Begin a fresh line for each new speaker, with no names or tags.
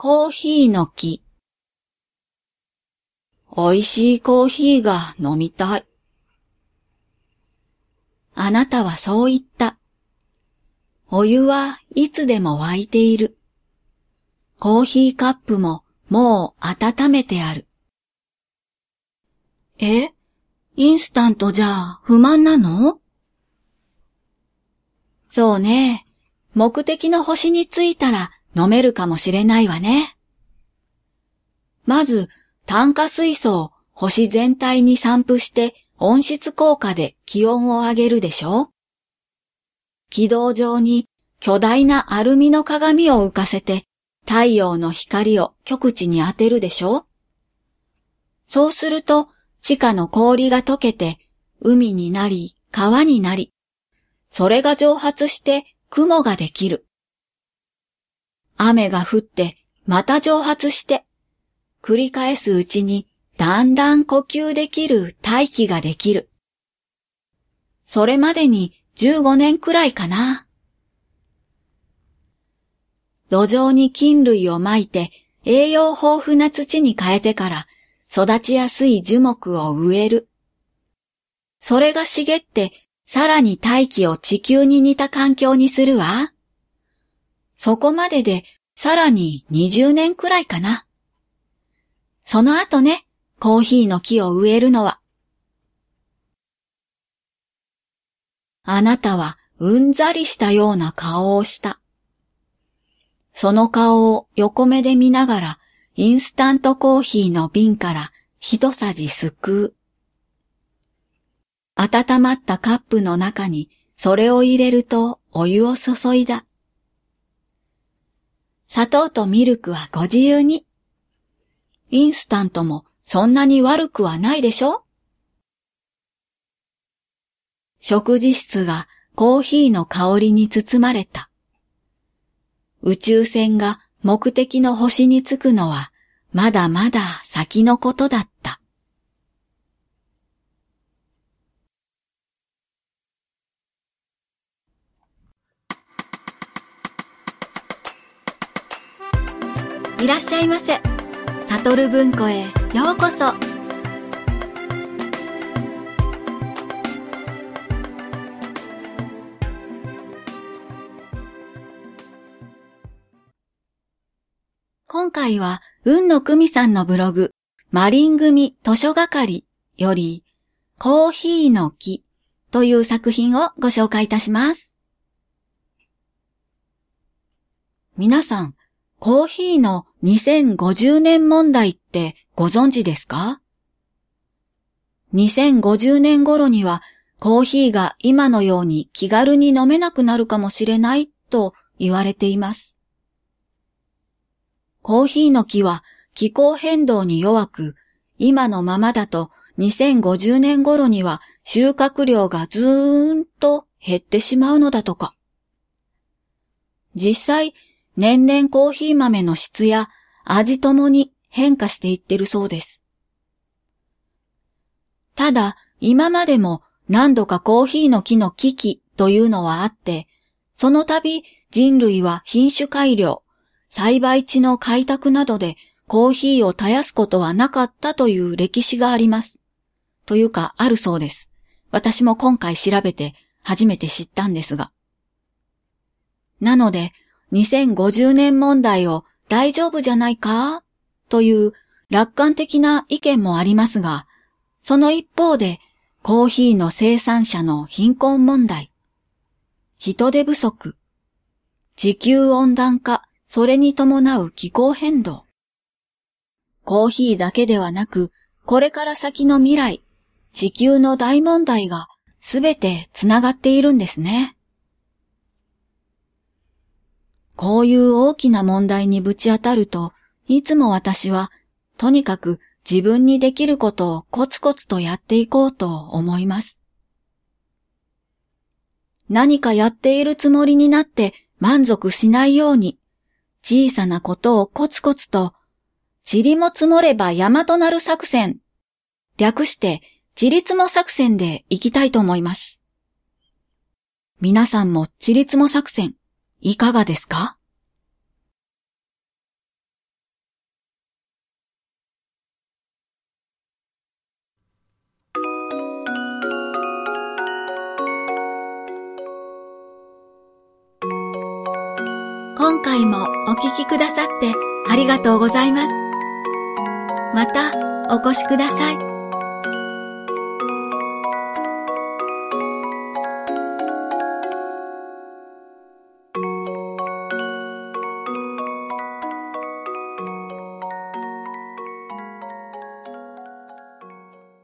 コーヒーの木。おいしいコーヒーが飲みたい。あなたはそう言った。お湯はいつでも沸いている。コーヒーカップももう温めてある。インスタントじゃ不満なの？そうね。目的の星に着いたら飲めるかもしれないわね。まず、炭化水素を星全体に散布して温室効果で気温を上げるでしょ？軌道上に巨大なアルミの鏡を浮かせて太陽の光を極地に当てるでしょ？そうすると地下の氷が溶けて海になり川になり、それが蒸発して雲ができる。雨が降ってまた蒸発して繰り返すうちにだんだん呼吸できる大気ができる。それまでに15年くらいかな。土壌に菌類をまいて栄養豊富な土に変えてから育ちやすい樹木を植える。それが茂ってさらに大気を地球に似た環境にするわ。そこまででさらに20年くらいかな。その後ね、コーヒーの木を植えるのは。あなたはうんざりしたような顔をした。その顔を横目で見ながら、インスタントコーヒーの瓶から一さじすくう。温まったカップの中にそれを入れるとお湯を注いだ。砂糖とミルクはご自由に。インスタントもそんなに悪くはないでしょ？食事室がコーヒーの香りに包まれた。宇宙船が目的の星に着くのはまだまだ先のことだった。いらっしゃいませ。サトル文庫へようこそ。今回は、雲野久美さんのブログ、マリン組図書係より、コーヒーの木という作品をご紹介いたします。皆さん、コーヒーの2050年問題ってご存知ですか？ 2050 年頃にはコーヒーが今のように気軽に飲めなくなるかもしれないと言われています。コーヒーの木は気候変動に弱く、今のままだと2050年頃には収穫量がずーんと減ってしまうのだとか。実際、年々コーヒー豆の質や味ともに変化していってるそうです。ただ、今までも何度かコーヒーの木の危機というのはあって、その度人類は品種改良、栽培地の開拓などでコーヒーを絶やすことはなかったという歴史があります。というか、あるそうです。私も今回調べて初めて知ったんですが。なので、2050年問題を大丈夫じゃないかという楽観的な意見もありますが、その一方でコーヒーの生産者の貧困問題、人手不足、地球温暖化、それに伴う気候変動。コーヒーだけではなく、これから先の未来、地球の大問題がすべてつながっているんですね。こういう大きな問題にぶち当たると、いつも私は、とにかく自分にできることをコツコツとやっていこうと思います。何かやっているつもりになって満足しないように、小さなことをコツコツと、塵も積もれば山となる作戦、略して塵積も作戦でいきたいと思います。皆さんも塵積も作戦、いかがですか？ 今回もお聞きくださってありがとうございます。またお越しください。